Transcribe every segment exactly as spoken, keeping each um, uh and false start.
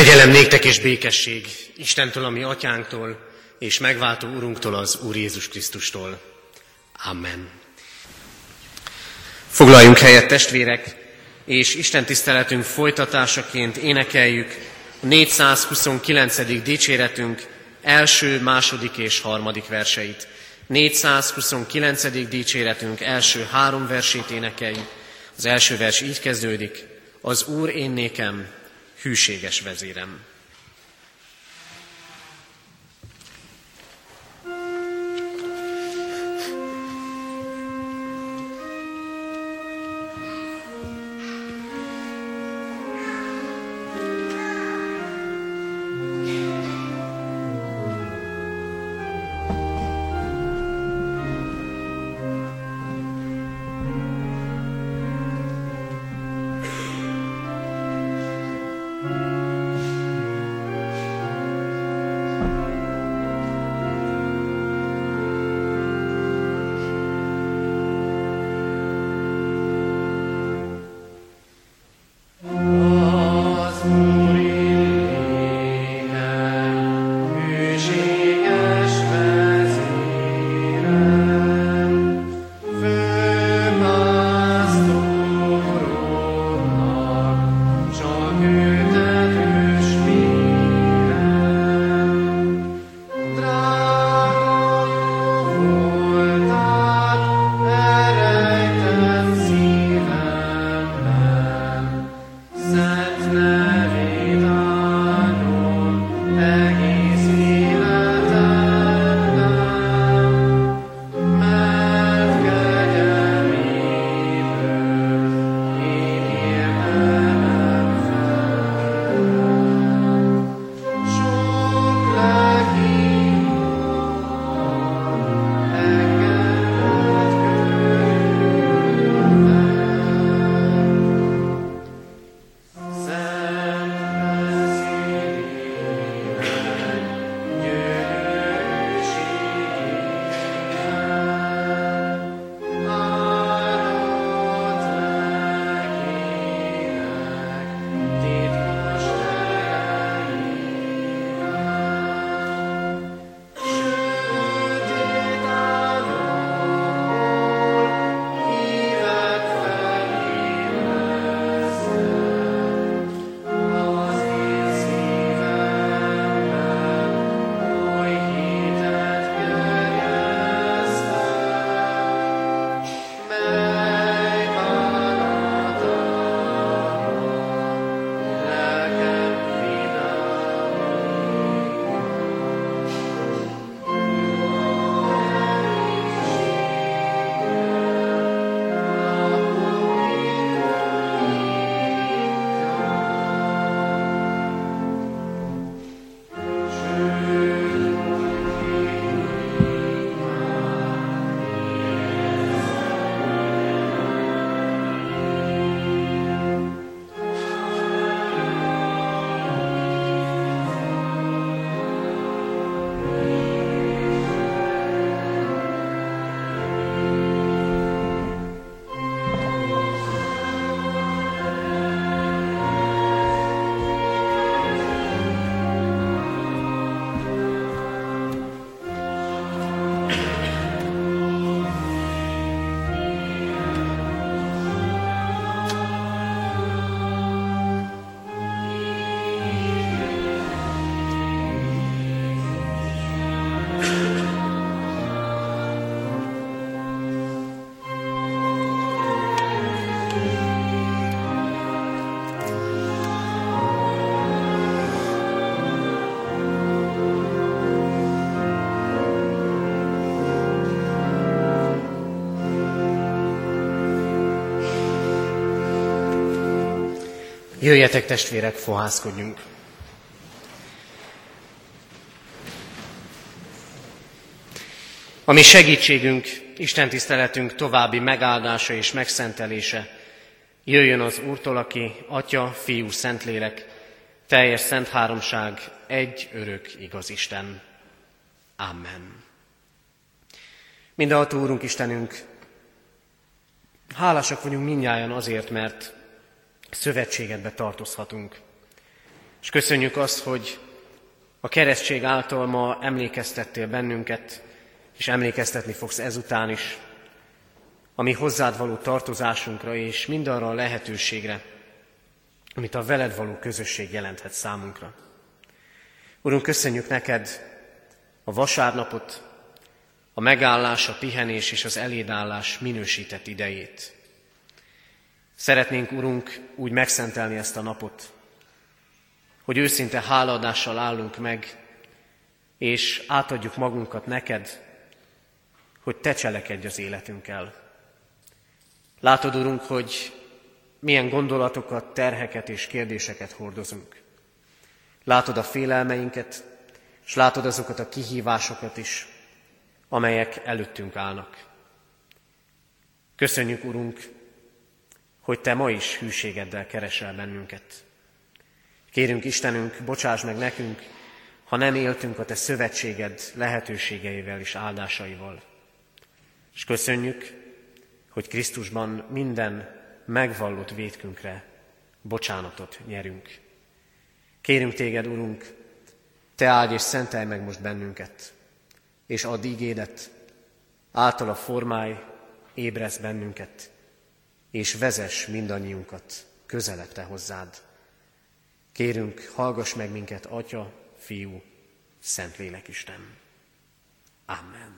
Kegyelem néktek és békesség Istentől, a mi atyánktól, és megváltó Urunktól, az Úr Jézus Krisztustól. Amen. Foglaljunk helyet, testvérek, és Isten tiszteletünk folytatásaként énekeljük a négyszázhuszonkilencedik dicséretünk első, második és harmadik verseit. négyszázhuszonkilencedik dicséretünk első három versét énekeljük. Az első vers így kezdődik: az Úr én nékem, hűséges vezérem. Jöjjetek, testvérek, fohászkodjunk! A mi segítségünk, istentiszteletünk további megáldása és megszentelése jöjjön az Úrtól, aki Atya, Fiú, Szentlélek, teljes szent háromság, egy örök igaz Isten. Amen. Mindenható Úrunk, Istenünk, hálásak vagyunk mindnyájan azért, mert szövetségedbe tartozhatunk. És köszönjük azt, hogy a keresztség által ma emlékeztettél bennünket, és emlékeztetni fogsz ezután is, ami hozzád való tartozásunkra, és mindarra a lehetőségre, amit a veled való közösség jelenthet számunkra. Urunk, köszönjük neked a vasárnapot, a megállás, a pihenés és az elédállás minősített idejét. Szeretnénk, Urunk, úgy megszentelni ezt a napot, hogy őszinte hálaadással állunk meg, és átadjuk magunkat neked, hogy te cselekedj az életünkkel. Látod, Urunk, hogy milyen gondolatokat, terheket és kérdéseket hordozunk. Látod a félelmeinket, és látod azokat a kihívásokat is, amelyek előttünk állnak. Köszönjük, Urunk, hogy te ma is hűségeddel keresel bennünket. Kérünk, Istenünk, bocsáss meg nekünk, ha nem éltünk a te szövetséged lehetőségeivel és áldásaival. És köszönjük, hogy Krisztusban minden megvallott vétkünkre bocsánatot nyerünk. Kérünk téged, Urunk, te áldj és szentelj meg most bennünket, és add ígédet, általa formálj, ébresz bennünket, és vezess mindannyiunkat közelebb te hozzád. Kérünk, hallgass meg minket, Atya, Fiú, Szentlélek Isten. Amen.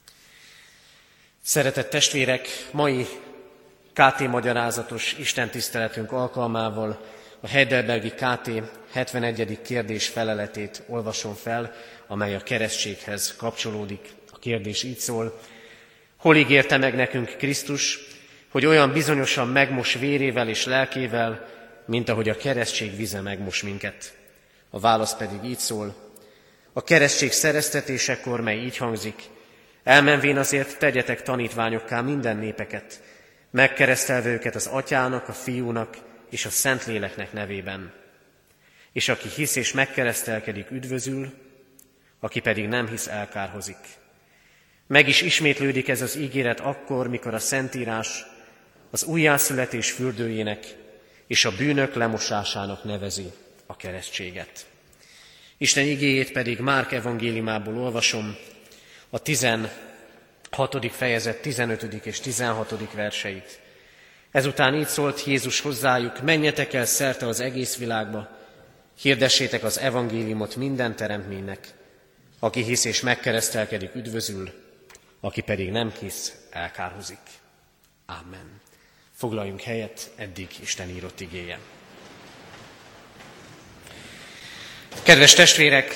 Szeretett testvérek, mai ká té magyarázatos istentiszteletünk alkalmával a Heidelbergi ká té hetvenegyedik kérdés feleletét olvasom fel, amely a keresztséghez kapcsolódik. A kérdés így szól: hol ígérte meg nekünk Krisztus, hogy olyan bizonyosan megmos vérével és lelkével, mint ahogy a keresztség vize megmos minket? A válasz pedig így szól: a keresztség szereztetésekor, mely így hangzik: elmenvén azért tegyetek tanítványokká minden népeket, megkeresztelve őket az Atyának, a Fiúnak és a Szentléleknek nevében. És aki hisz és megkeresztelkedik, üdvözül, aki pedig nem hisz, elkárhozik. Meg is ismétlődik ez az ígéret akkor, mikor a Szentírás az újjászületés fürdőjének és a bűnök lemosásának nevezi a keresztséget. Isten igéjét pedig Márk evangéliumából olvasom, a tizenhatodik fejezet tizenötödik és tizenhatodik verseit. Ezután így szólt Jézus hozzájuk: menjetek el szerte az egész világba, hirdessétek az evangéliumot minden teremtménynek. Aki hisz és megkeresztelkedik, üdvözül, aki pedig nem hisz, elkárhozik. Amen. Foglaljunk helyet, eddig Isten írott igéje. Kedves testvérek,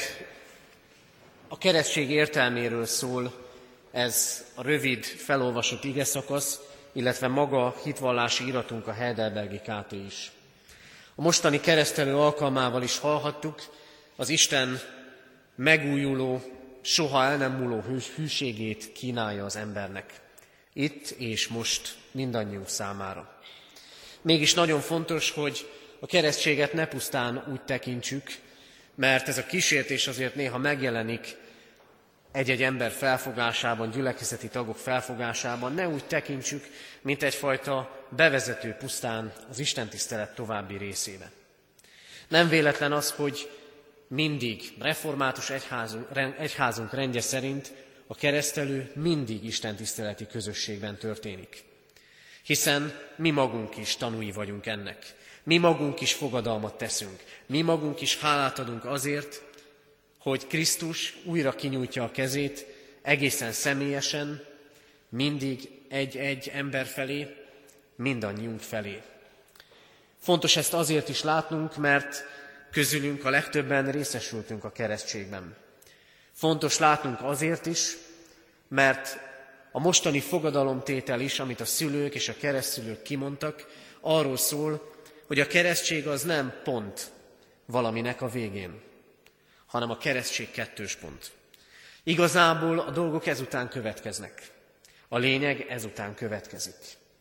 a keresztség értelméről szól ez a rövid, felolvasott igeszakasz, illetve maga a hitvallási iratunk, a Heidelbergi ká té is. A mostani keresztelő alkalmával is hallhattuk az Isten megújuló, soha el nem múló hűségét kínálja az embernek. Itt és most mindannyiunk számára. Mégis nagyon fontos, hogy a keresztséget ne pusztán úgy tekintsük, mert ez a kísértés azért néha megjelenik egy-egy ember felfogásában, gyülekezeti tagok felfogásában, ne úgy tekintsük, mint egyfajta bevezető pusztán az istentisztelet további részébe. Nem véletlen az, hogy mindig református egyházunk, egyházunk rendje szerint a keresztelő mindig istentiszteleti közösségben történik. Hiszen mi magunk is tanúi vagyunk ennek. Mi magunk is fogadalmat teszünk. Mi magunk is hálát adunk azért, hogy Krisztus újra kinyújtja a kezét egészen személyesen, mindig egy-egy ember felé, mindannyiunk felé. Fontos ezt azért is látnunk, mert közülünk a legtöbben részesültünk a keresztségben. Fontos látnunk azért is, mert a mostani fogadalomtétel is, amit a szülők és a keresztszülők kimondtak, arról szól, hogy a keresztség az nem pont valaminek a végén, hanem a keresztség kettős pont. Igazából a dolgok ezután következnek. A lényeg ezután következik.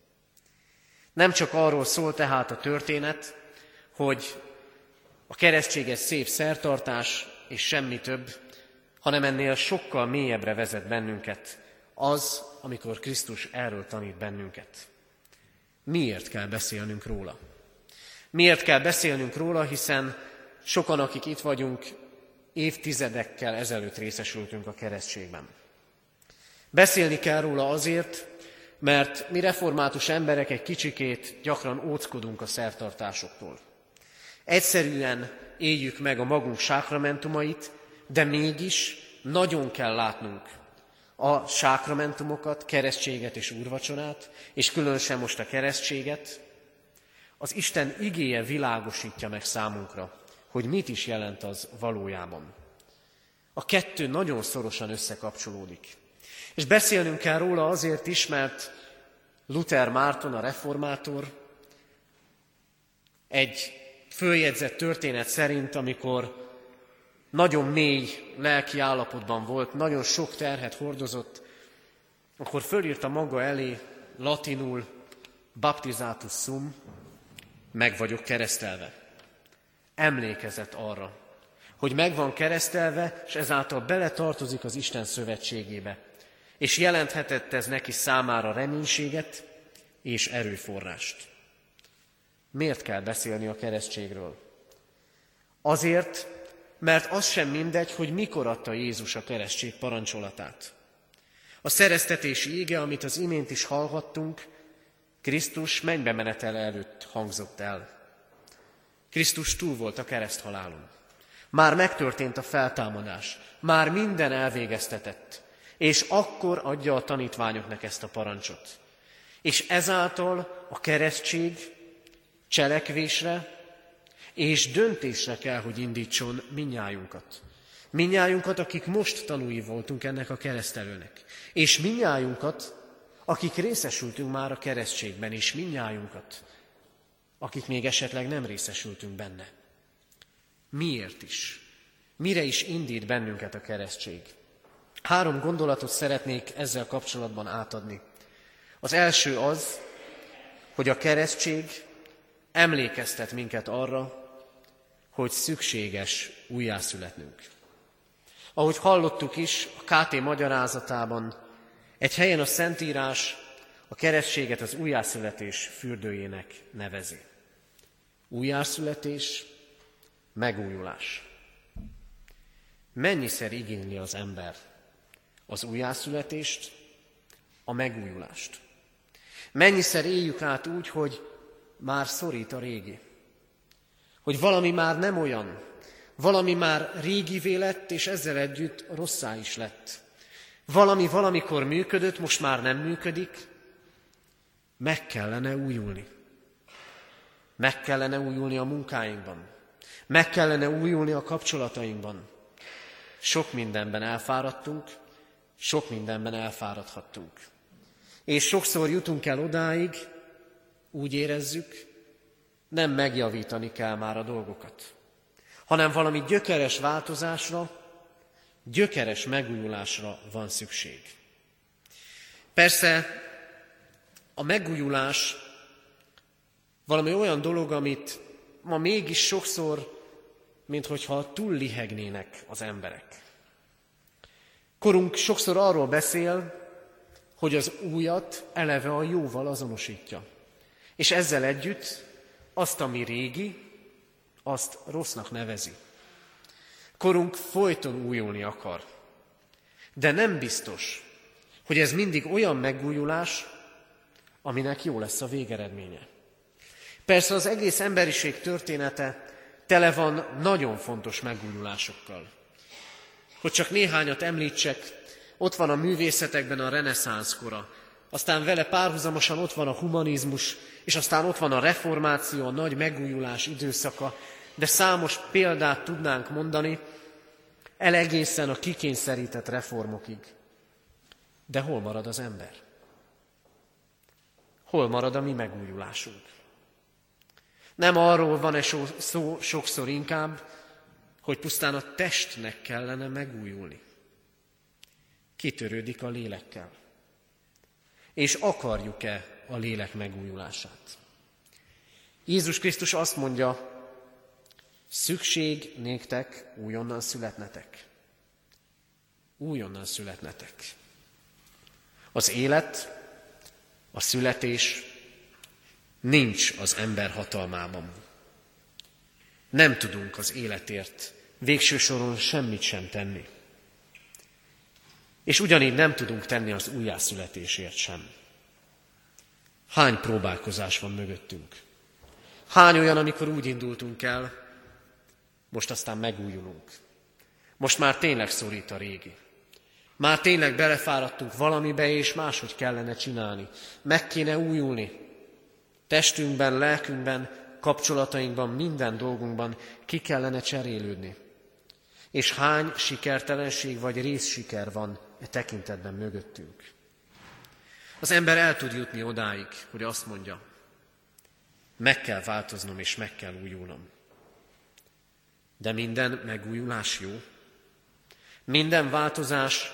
Nem csak arról szól tehát a történet, hogy a keresztség egy szép szertartás és semmi több, hanem ennél sokkal mélyebbre vezet bennünket az, amikor Krisztus erről tanít bennünket. Miért kell beszélnünk róla? Miért kell beszélnünk róla, hiszen sokan, akik itt vagyunk, évtizedekkel ezelőtt részesültünk a keresztségben. Beszélni kell róla azért, mert mi református emberek egy kicsikét gyakran óckodunk a szertartásoktól. Egyszerűen éljük meg a magunk sákramentumait, de mégis nagyon kell látnunk a sákramentumokat, keresztséget és úrvacsorát, és különösen most a keresztséget. Az Isten igéje világosítja meg számunkra, hogy mit is jelent az valójában. A kettő nagyon szorosan összekapcsolódik. És beszélnünk kell róla azért is, mert Luther Márton, a reformátor, egy följegyzett történet szerint, amikor nagyon mély lelki állapotban volt, nagyon sok terhet hordozott, akkor fölírta maga elé latinul baptizatus sum, meg vagyok keresztelve. Emlékezett arra, hogy meg van keresztelve, és ezáltal beletartozik az Isten szövetségébe, és jelenthetett ez neki számára reménységet és erőforrást. Miért kell beszélni a keresztségről? Azért, mert az sem mindegy, hogy mikor adta Jézus a keresztség parancsolatát. A szereztetési íge, amit az imént is hallhattunk, Krisztus mennybe menetele előtt hangzott el. Krisztus túl volt a kereszthalálon. Már megtörtént a feltámadás, már minden elvégeztetett, és akkor adja a tanítványoknak ezt a parancsot. És ezáltal a keresztség cselekvésre és döntésre kell, hogy indítson minnyájunkat. Minnyájunkat, akik most tanúi voltunk ennek a keresztelőnek. És minnyájunkat, akik részesültünk már a keresztségben, és minnyájunkat, akik még esetleg nem részesültünk benne. Miért is? Mire is indít bennünket a keresztség? Három gondolatot szeretnék ezzel kapcsolatban átadni. Az első az, hogy a keresztség emlékeztet minket arra, hogy szükséges újjászületnünk. Ahogy hallottuk is a ká té magyarázatában, egy helyen a Szentírás a keresztséget az újjászületés fürdőjének nevezi. Újjászületés, megújulás. Mennyiszer igényli az ember az újjászületést, a megújulást? Mennyiszer éljük át úgy, hogy már szorít a régi? Hogy valami már nem olyan, valami már régivé lett, és ezzel együtt rosszá is lett. Valami valamikor működött, most már nem működik, meg kellene újulni. Meg kellene újulni a munkáinkban. Meg kellene újulni a kapcsolatainkban. Sok mindenben elfáradtunk, sok mindenben elfáradhattunk. És sokszor jutunk el odáig, úgy érezzük, nem megjavítani kell már a dolgokat, hanem valami gyökeres változásra, gyökeres megújulásra van szükség. Persze a megújulás valami olyan dolog, amit ma mégis sokszor, minthogyha túl lihegnének az emberek. Korunk sokszor arról beszél, hogy az újat eleve a jóval azonosítja. És ezzel együtt azt, ami régi, azt rossznak nevezi. Korunk folyton újulni akar. De nem biztos, hogy ez mindig olyan megújulás, aminek jó lesz a végeredménye. Persze az egész emberiség története tele van nagyon fontos megújulásokkal. Hogy csak néhányat említsek, ott van a művészetekben a reneszánsz kora, aztán vele párhuzamosan ott van a humanizmus, és aztán ott van a reformáció, a nagy megújulás időszaka, de számos példát tudnánk mondani, el egészen a kikényszerített reformokig. De hol marad az ember? Hol marad a mi megújulásunk? Nem arról van-e szó sokszor inkább, hogy pusztán a testnek kellene megújulni. Kitörődik a lélekkel. És akarjuk-e a lélek megújulását? Jézus Krisztus azt mondja, szükség néktek újonnan születnetek. Újonnan születnetek. Az élet, a születés nincs az ember hatalmában. nem tudunk az életért végső soron semmit sem tenni. És ugyanígy nem tudunk tenni az újjászületésért sem. Hány próbálkozás van mögöttünk? Hány olyan, amikor úgy indultunk el, most aztán megújulunk. Most már tényleg szorít a régi. Már tényleg belefáradtunk valamibe, és máshogy kellene csinálni. Meg kéne újulni. Testünkben, lelkünkben, kapcsolatainkban, minden dolgunkban ki kellene cserélődni. És hány sikertelenség vagy részsiker van e tekintetben mögöttünk. Az ember el tud jutni odáig, hogy azt mondja, meg kell változnom és meg kell újulnom. De minden megújulás jó. Minden változás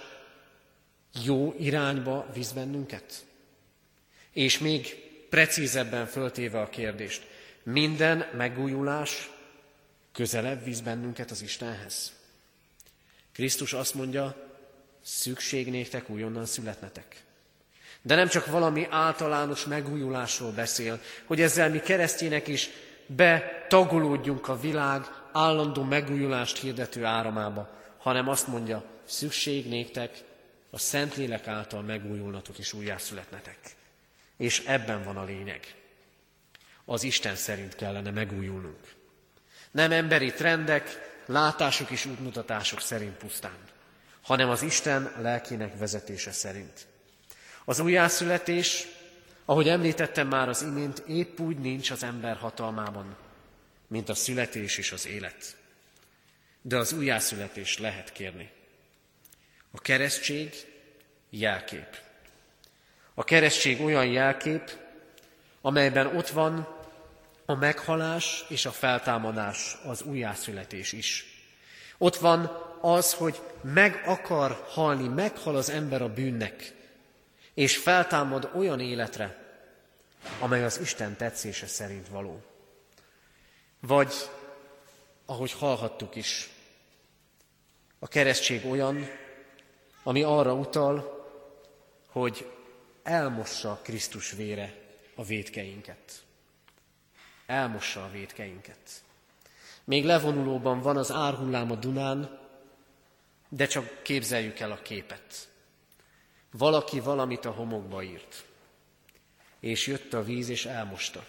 jó irányba visz bennünket. És még precízebben föltéve a kérdést, minden megújulás közelebb visz bennünket az Istenhez. Krisztus azt mondja, szükség néktek újonnan születnetek. De nem csak valami általános megújulásról beszél, hogy ezzel mi keresztjének is betagolódjunk a világ állandó megújulást hirdető áramába, hanem azt mondja, szükség néktek a Szentlélek által megújulnatok és újjászületnetek. És ebben van a lényeg. Az Isten szerint kellene megújulnunk. Nem emberi trendek, látások és útmutatások szerint pusztán, hanem az Isten lelkének vezetése szerint. Az újjászületés, ahogy említettem már az imént, épp úgy nincs az ember hatalmában, mint a születés és az élet. De az újjászületést lehet kérni. A keresztség jelkép. A keresztség olyan jelkép, amelyben ott van a meghalás és a feltámadás, az újjászületés is. Ott van az, hogy meg akar halni, meghal az ember a bűnnek, és feltámad olyan életre, amely az Isten tetszése szerint való. Vagy, ahogy hallhattuk is, a keresztség olyan, ami arra utal, hogy elmossa Krisztus vére a vétkeinket. Elmossa a vétkeinket. Még levonulóban van az árhullám a Dunán, de csak képzeljük el a képet. Valaki valamit a homokba írt, és jött a víz, és elmosta.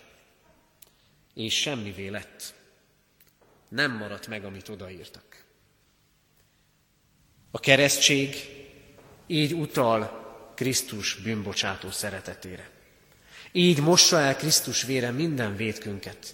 És semmivé lett. Nem maradt meg, amit odaírtak. A keresztség így utal Krisztus bűnbocsátó szeretetére. Így mossa el Krisztus vére minden vétkünket.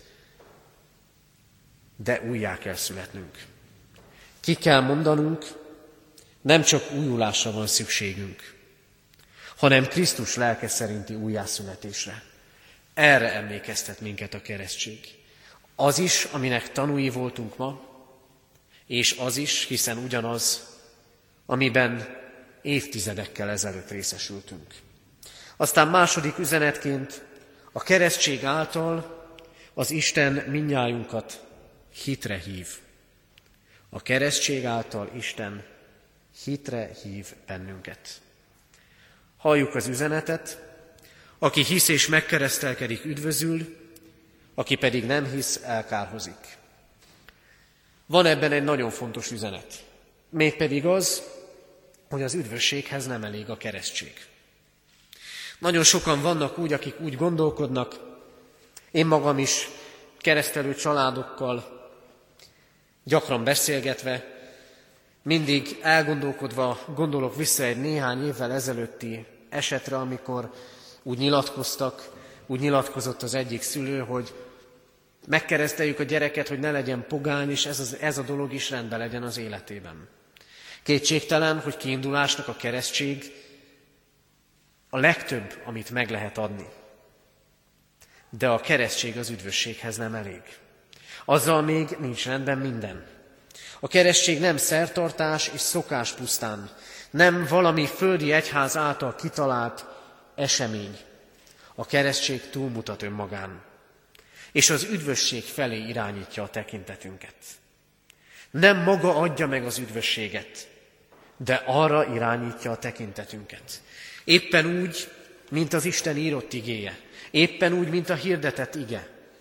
De újjá kell születnünk. Ki kell mondanunk, nem csak újulásra van szükségünk, hanem Krisztus lelke szerinti újjászületésre. Erre emlékeztet minket a keresztség. Az is, aminek tanúi voltunk ma, és az is, hiszen ugyanaz, amiben évtizedekkel ezelőtt részesültünk. Aztán második üzenetként a keresztség által az Isten mindnyájunkat hitre hív. A keresztség által Isten hitre hív bennünket. Halljuk az üzenetet, aki hisz és megkeresztelkedik, üdvözül, aki pedig nem hisz, elkárhozik. Van ebben egy nagyon fontos üzenet, mégpedig az, hogy az üdvösséghez nem elég a keresztség. Nagyon sokan vannak úgy, akik úgy gondolkodnak, én magam is keresztelő családokkal gyakran beszélgetve, mindig elgondolkodva gondolok vissza egy néhány évvel ezelőtti esetre, amikor úgy nyilatkoztak, úgy nyilatkozott az egyik szülő, hogy megkereszteljük a gyereket, hogy ne legyen pogány, és ez, az, ez a dolog is rendben legyen az életében. Kétségtelen, hogy kiindulásnak a keresztség a legtöbb, amit meg lehet adni. De a keresztség az üdvösséghez nem elég. Azzal még nincs rendben minden. A keresztség nem szertartás és szokás pusztán, nem valami földi egyház által kitalált esemény. A keresztség túlmutat önmagán, és az üdvösség felé irányítja a tekintetünket. Nem maga adja meg az üdvösséget, de arra irányítja a tekintetünket. Éppen úgy, mint az Isten írott igéje, éppen úgy, mint a hirdetett ige.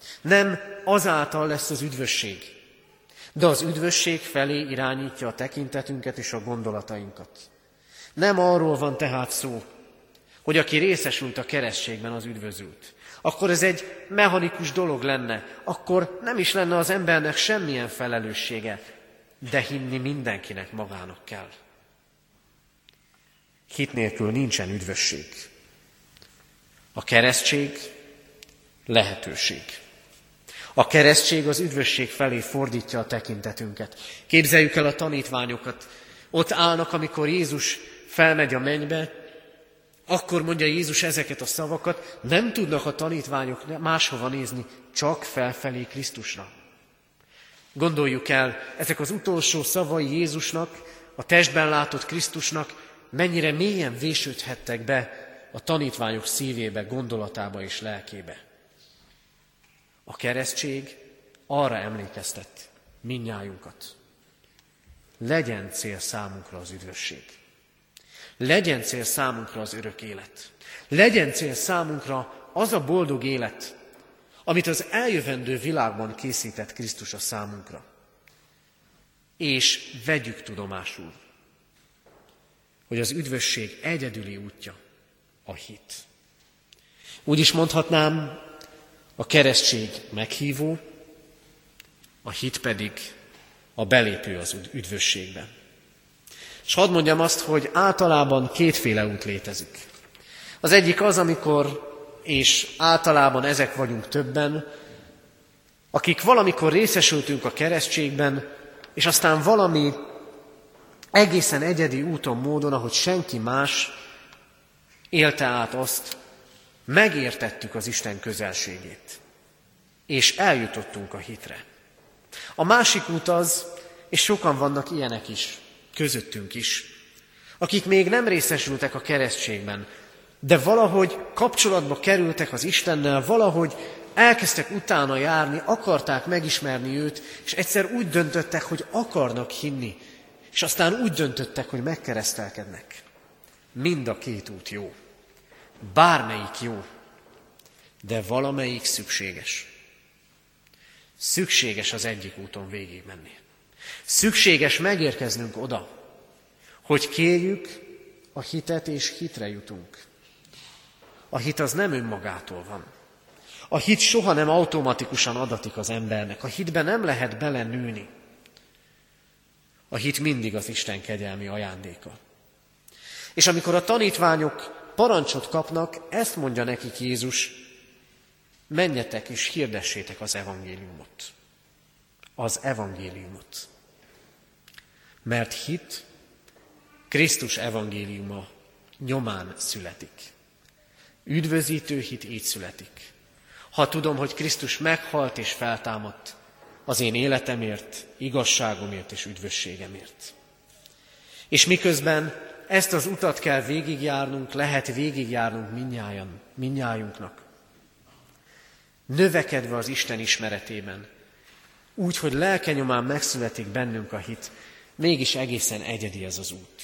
Nem azáltal lesz az üdvösség, de az üdvösség felé irányítja a tekintetünket és a gondolatainkat. Nem arról van tehát szó, hogy aki részesült a keresztségben, az üdvözült. Akkor ez egy mechanikus dolog lenne, akkor nem is lenne az embernek semmilyen felelőssége, de hinni mindenkinek magának kell. Hit nélkül nincsen üdvösség. A keresztség lehetőség. A keresztség az üdvösség felé fordítja a tekintetünket. Képzeljük el a tanítványokat. Ott állnak, amikor Jézus felmegy a mennybe, akkor mondja Jézus ezeket a szavakat, nem tudnak a tanítványok máshova nézni, csak felfelé Krisztusra. Gondoljuk el, ezek az utolsó szavai Jézusnak, a testben látott Krisztusnak mennyire mélyen vésődhettek be a tanítványok szívébe, gondolatába és lelkébe. A keresztség arra emlékeztet mindnyájunkat. Legyen cél számunkra az üdvösség. Legyen cél számunkra az örök élet. Legyen cél számunkra az a boldog élet, amit az eljövendő világban készített Krisztus a számunkra. És vegyük tudomásul, hogy az üdvösség egyedüli útja a hit. Úgy is mondhatnám, a keresztség meghívó, a hit pedig a belépő az üdvösségbe. És hadd mondjam azt, hogy általában kétféle út létezik. Az egyik az, amikor, és általában ezek vagyunk többen, akik valamikor részesültünk a keresztségben, és aztán valami egészen egyedi úton, módon, ahogy senki más élte át azt, megértettük az Isten közelségét, és eljutottunk a hitre. A másik út az, és sokan vannak ilyenek is, közöttünk is, akik még nem részesültek a keresztségben, de valahogy kapcsolatba kerültek az Istennel, valahogy elkezdtek utána járni, akarták megismerni őt, és egyszer úgy döntöttek, hogy akarnak hinni, és aztán úgy döntöttek, hogy megkeresztelkednek. Mind a két út jó. Bármelyik jó, de valamelyik szükséges. Szükséges az egyik úton végig menni. Szükséges megérkeznünk oda, hogy kérjük a hitet, és hitre jutunk. A hit az nem önmagától van. A hit soha nem automatikusan adatik az embernek. A hitben nem lehet belenőni. A hit mindig az Isten kegyelmi ajándéka. És amikor a tanítványok parancsot kapnak, ezt mondja nekik Jézus, menjetek és hirdessétek az evangéliumot. Az evangéliumot. Mert hit Krisztus evangéliuma nyomán születik. Üdvözítő hit így születik. Ha tudom, hogy Krisztus meghalt és feltámadt az én életemért, igazságomért és üdvösségemért. És miközben ezt az utat kell végigjárnunk, lehet végigjárnunk mindnyájan, mindnyájunknak. Növekedve az Isten ismeretében, úgy, hogy lelke nyomán megszületik bennünk a hit, mégis egészen egyedi ez az út.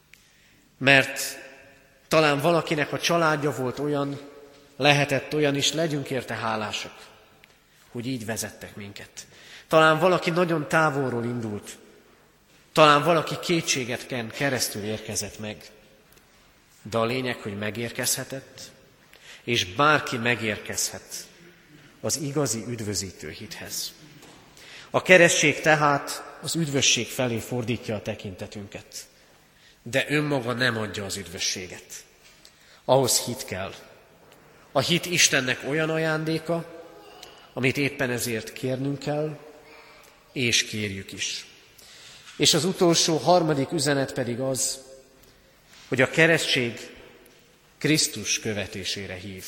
Mert talán valakinek a családja volt olyan, lehetett olyan is, legyünk érte hálásak, hogy így vezettek minket. Talán valaki nagyon távolról indult, talán valaki kétségeken keresztül érkezett meg, de a lényeg, hogy megérkezhetett, és bárki megérkezhet az igazi üdvözítő hithez. A keresztség tehát az üdvösség felé fordítja a tekintetünket, de önmaga nem adja az üdvösséget. Ahhoz hit kell. A hit Istennek olyan ajándéka, amit éppen ezért kérnünk kell, és kérjük is. És az utolsó, harmadik üzenet pedig az, hogy a keresztség Krisztus követésére hív.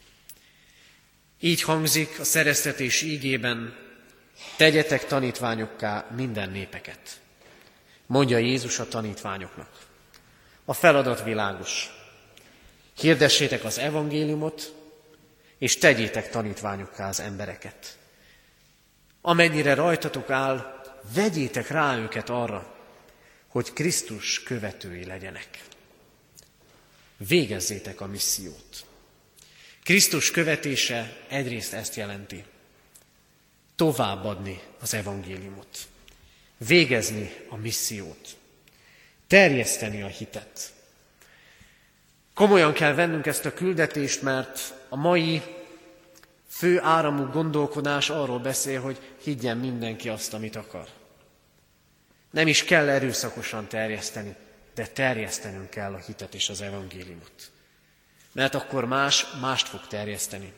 Így hangzik a szereztetés ígében, tegyetek tanítványokká minden népeket. Mondja Jézus a tanítványoknak. A feladat világos. Hirdessétek az evangéliumot, és tegyétek tanítványokká az embereket. Amennyire rajtatok áll, vegyétek rá őket arra, hogy Krisztus követői legyenek. Végezzétek a missziót. Krisztus követése egyrészt ezt jelenti, továbbadni az evangéliumot, végezni a missziót, terjeszteni a hitet. Komolyan kell vennünk ezt a küldetést, mert a mai fő áramú gondolkodás arról beszél, hogy higgyen mindenki azt, amit akar. Nem is kell erőszakosan terjeszteni, de terjesztenünk kell a hitet és az evangéliumot. Mert akkor más mást fog terjeszteni.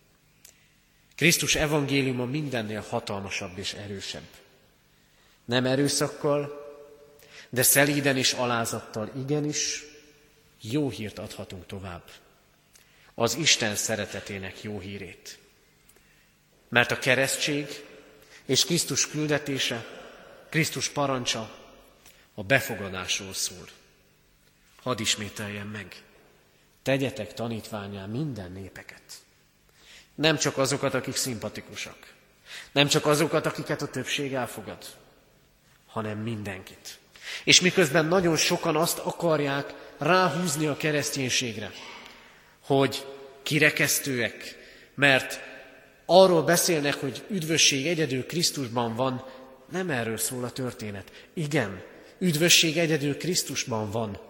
Krisztus evangéliuma mindennél hatalmasabb és erősebb. Nem erőszakkal, de szelíden és alázattal igenis jó hírt adhatunk tovább. Az Isten szeretetének jó hírét. Mert a keresztség és Krisztus küldetése, Krisztus parancsa a befogadásról szól. Hadd ismételjem meg, tegyetek tanítvánnyá minden népeket. Nem csak azokat, akik szimpatikusak, nem csak azokat, akiket a többség elfogad, hanem mindenkit. És miközben nagyon sokan azt akarják ráhúzni a kereszténységre, hogy kirekesztőek, mert arról beszélnek, hogy üdvösség egyedül Krisztusban van, nem erről szól a történet. Igen, üdvösség egyedül Krisztusban van,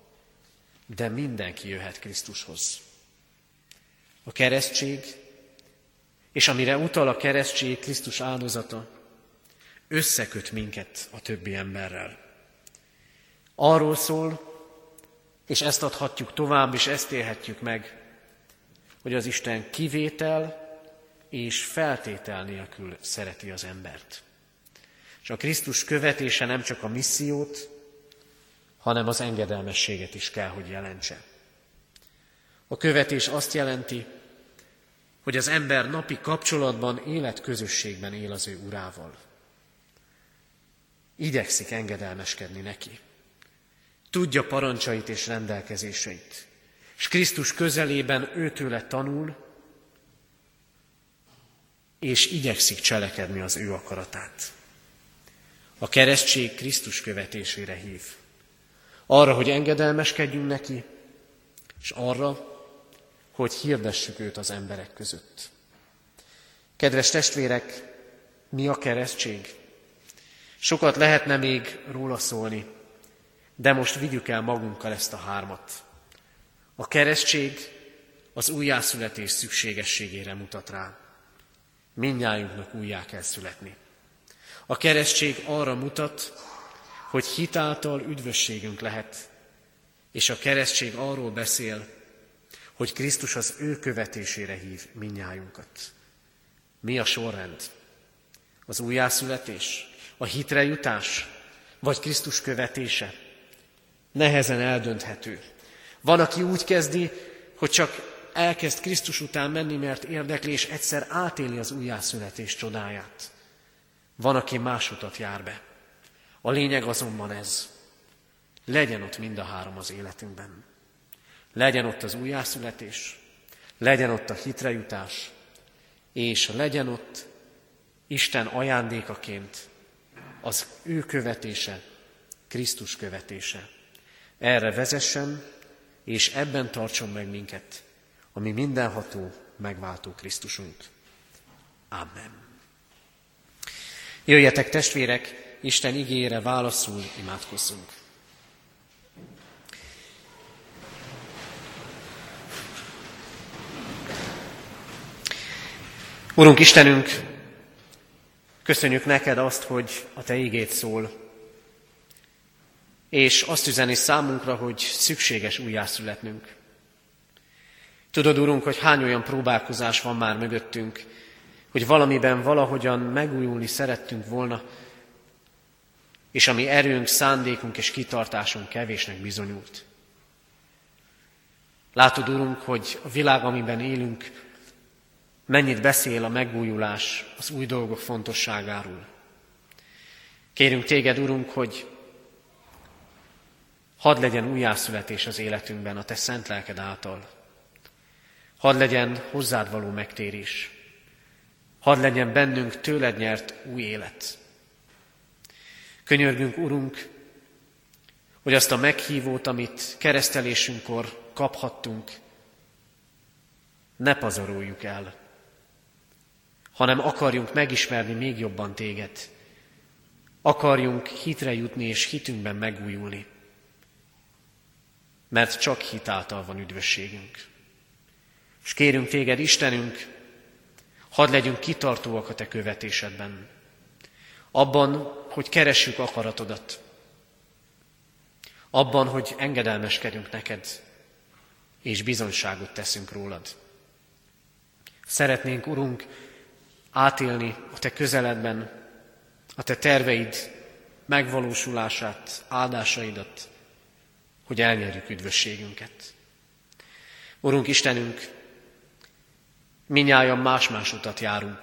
de mindenki jöhet Krisztushoz. A keresztség, és amire utal a keresztség, Krisztus áldozata, összeköt minket a többi emberrel. Arról szól, és ezt adhatjuk tovább, és ezt élhetjük meg, hogy az Isten kivétel és feltétel nélkül szereti az embert. És a Krisztus követése nem csak a missziót, hanem az engedelmességet is kell, hogy jelentse. A követés azt jelenti, hogy az ember napi kapcsolatban, életközösségben él az ő urával. Igyekszik engedelmeskedni neki. Tudja parancsait és rendelkezéseit, és Krisztus közelében őtőle tanul, és igyekszik cselekedni az ő akaratát. A keresztség Krisztus követésére hív. Arra, hogy engedelmeskedjünk neki, és arra, hogy hirdessük őt az emberek között. Kedves testvérek, mi a keresztség? Sokat lehetne még róla szólni, de most vigyük el magunkkal ezt a hármat. A keresztség az újjászületés szükségességére mutat rá. Mindnyájunknak újjá kell születni. A keresztség arra mutat, hogy hitáltal üdvösségünk lehet, és a keresztség arról beszél, hogy Krisztus az ő követésére hív mindnyájunkat. Mi a sorrend? Az újjászületés? A hitre jutás? Vagy Krisztus követése? Nehezen eldönthető. Van, aki úgy kezdi, hogy csak elkezd Krisztus után menni, mert érdekli, és egyszer átéli az újjászületés csodáját. Van, aki más utat jár be. A lényeg azonban ez. Legyen ott mind a három az életünkben. Legyen ott az újjászületés, legyen ott a hitre jutás, és legyen ott Isten ajándékaként az ő követése, Krisztus követése. Erre vezessen, és ebben tartson meg minket, ami mindenható, megváltó Krisztusunk. Amen. Jöjjetek, testvérek, Isten igéjére válaszul imádkozzunk. Urunk Istenünk, köszönjük neked azt, hogy a te igéd szól, és azt üzeni számunkra, hogy szükséges újjászületnünk. Tudod, Urunk, hogy hány olyan próbálkozás van már mögöttünk, hogy valamiben valahogyan megújulni szerettünk volna, és ami erőnk, szándékunk és kitartásunk kevésnek bizonyult. Látod, Urunk, hogy a világ, amiben élünk, mennyit beszél a megújulás, az új dolgok fontosságáról. Kérünk téged, Urunk, hogy hadd legyen újjászületés az életünkben a te szent lelked által. Hadd legyen hozzád való megtérés. Hadd legyen bennünk tőled nyert új élet. Könyörgünk, Urunk, hogy azt a meghívót, amit keresztelésünkkor kaphattunk, ne pazaroljuk el, hanem akarjunk megismerni még jobban téged. Akarjunk hitre jutni és hitünkben megújulni, mert csak hit által van üdvösségünk. És kérünk téged, Istenünk, hadd legyünk kitartóak a te követésedben, abban, hogy keressük akaratodat, abban, hogy engedelmeskedünk neked, és bizonyságot teszünk rólad. Szeretnénk, Urunk, átélni a te közeledben a te terveid megvalósulását, áldásaidat, hogy elnyerjük üdvösségünket. Urunk Istenünk, mindnyájan más-más utat járunk,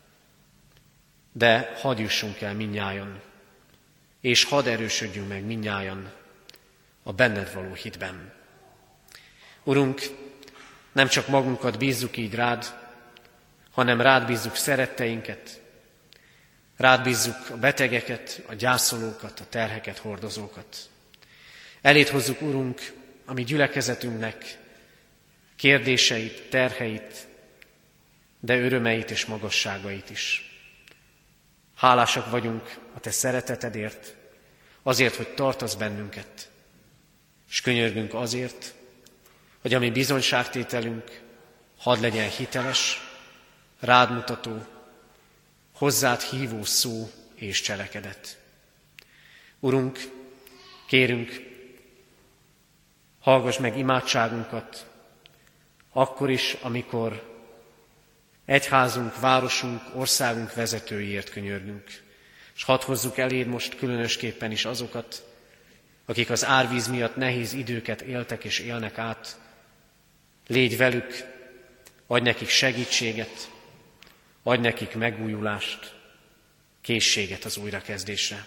de hadd jussunk el mindnyájan, és hadd erősödjünk meg mindnyájan a benned való hitben. Urunk, nem csak magunkat bízzuk így rád, hanem rád bízzuk szeretteinket, rád bízzuk a betegeket, a gyászolókat, a terheket hordozókat. Eléd hozzuk, Urunk, a mi gyülekezetünknek kérdéseit, terheit, de örömeit és magasságait is. Hálásak vagyunk a te szeretetedért, azért, hogy tartasz bennünket, és könyörgünk azért, hogy a mi bizonyságtételünk hadd legyen hiteles, rád mutató, hozzád hívó szó és cselekedet. Urunk, kérünk, hallgass meg imádságunkat, akkor is, amikor egyházunk, városunk, országunk vezetőiért könyörgünk, és hadd hozzuk eléd most különösképpen is azokat, akik az árvíz miatt nehéz időket éltek és élnek át. Légy velük, adj nekik segítséget, adj nekik megújulást, készséget az újrakezdésre.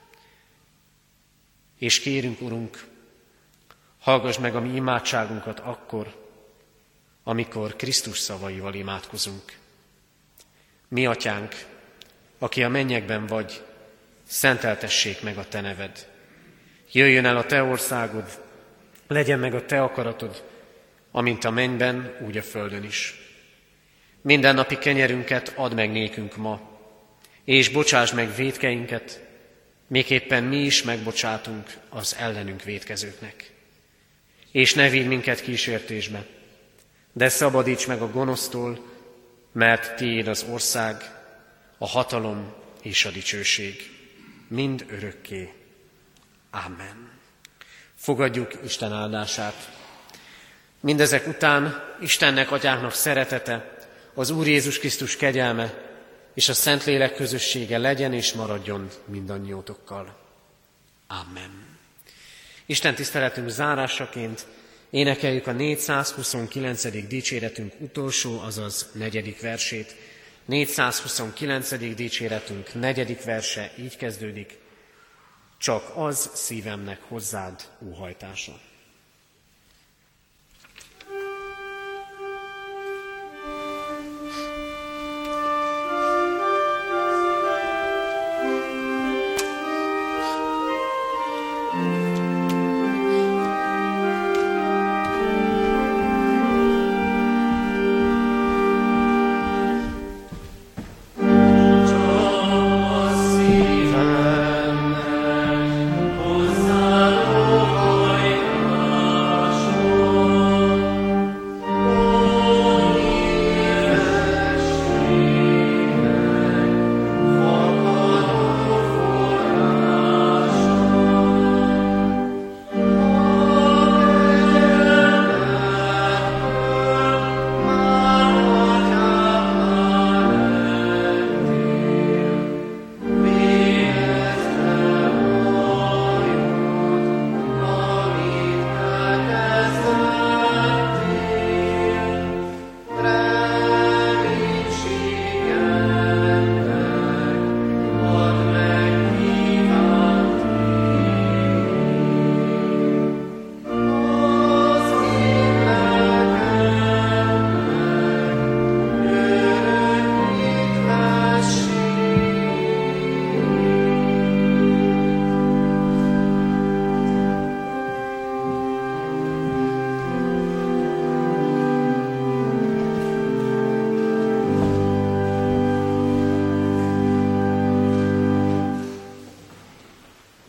És kérünk, Urunk, hallgass meg a mi imádságunkat akkor, amikor Krisztus szavaival imádkozunk. Mi, Atyánk, aki a mennyekben vagy, szenteltessék meg a te neved. Jöjjön el a te országod, legyen meg a te akaratod, amint a mennyben, úgy a földön is. Mindennapi kenyerünket add meg nékünk ma, és bocsásd meg vétkeinket, miképpen mi is megbocsátunk az ellenünk vétkezőknek. És ne vigy minket kísértésbe, de szabadíts meg a gonosztól, mert tiéd az ország, a hatalom és a dicsőség, mind örökké. Amen. Fogadjuk Isten áldását. Mindezek után Istennek, Atyánknak szeretete, az Úr Jézus Krisztus kegyelme és a Szentlélek közössége legyen és maradjon mindannyiótokkal. Amen. Isten tiszteletünk zárásaként énekeljük a négyszázhuszonkilencedik dicséretünk utolsó, azaz negyedik versét. négyszázhuszonkilencedik dicséretünk negyedik verse így kezdődik: csak az szívemnek hozzád óhajtása.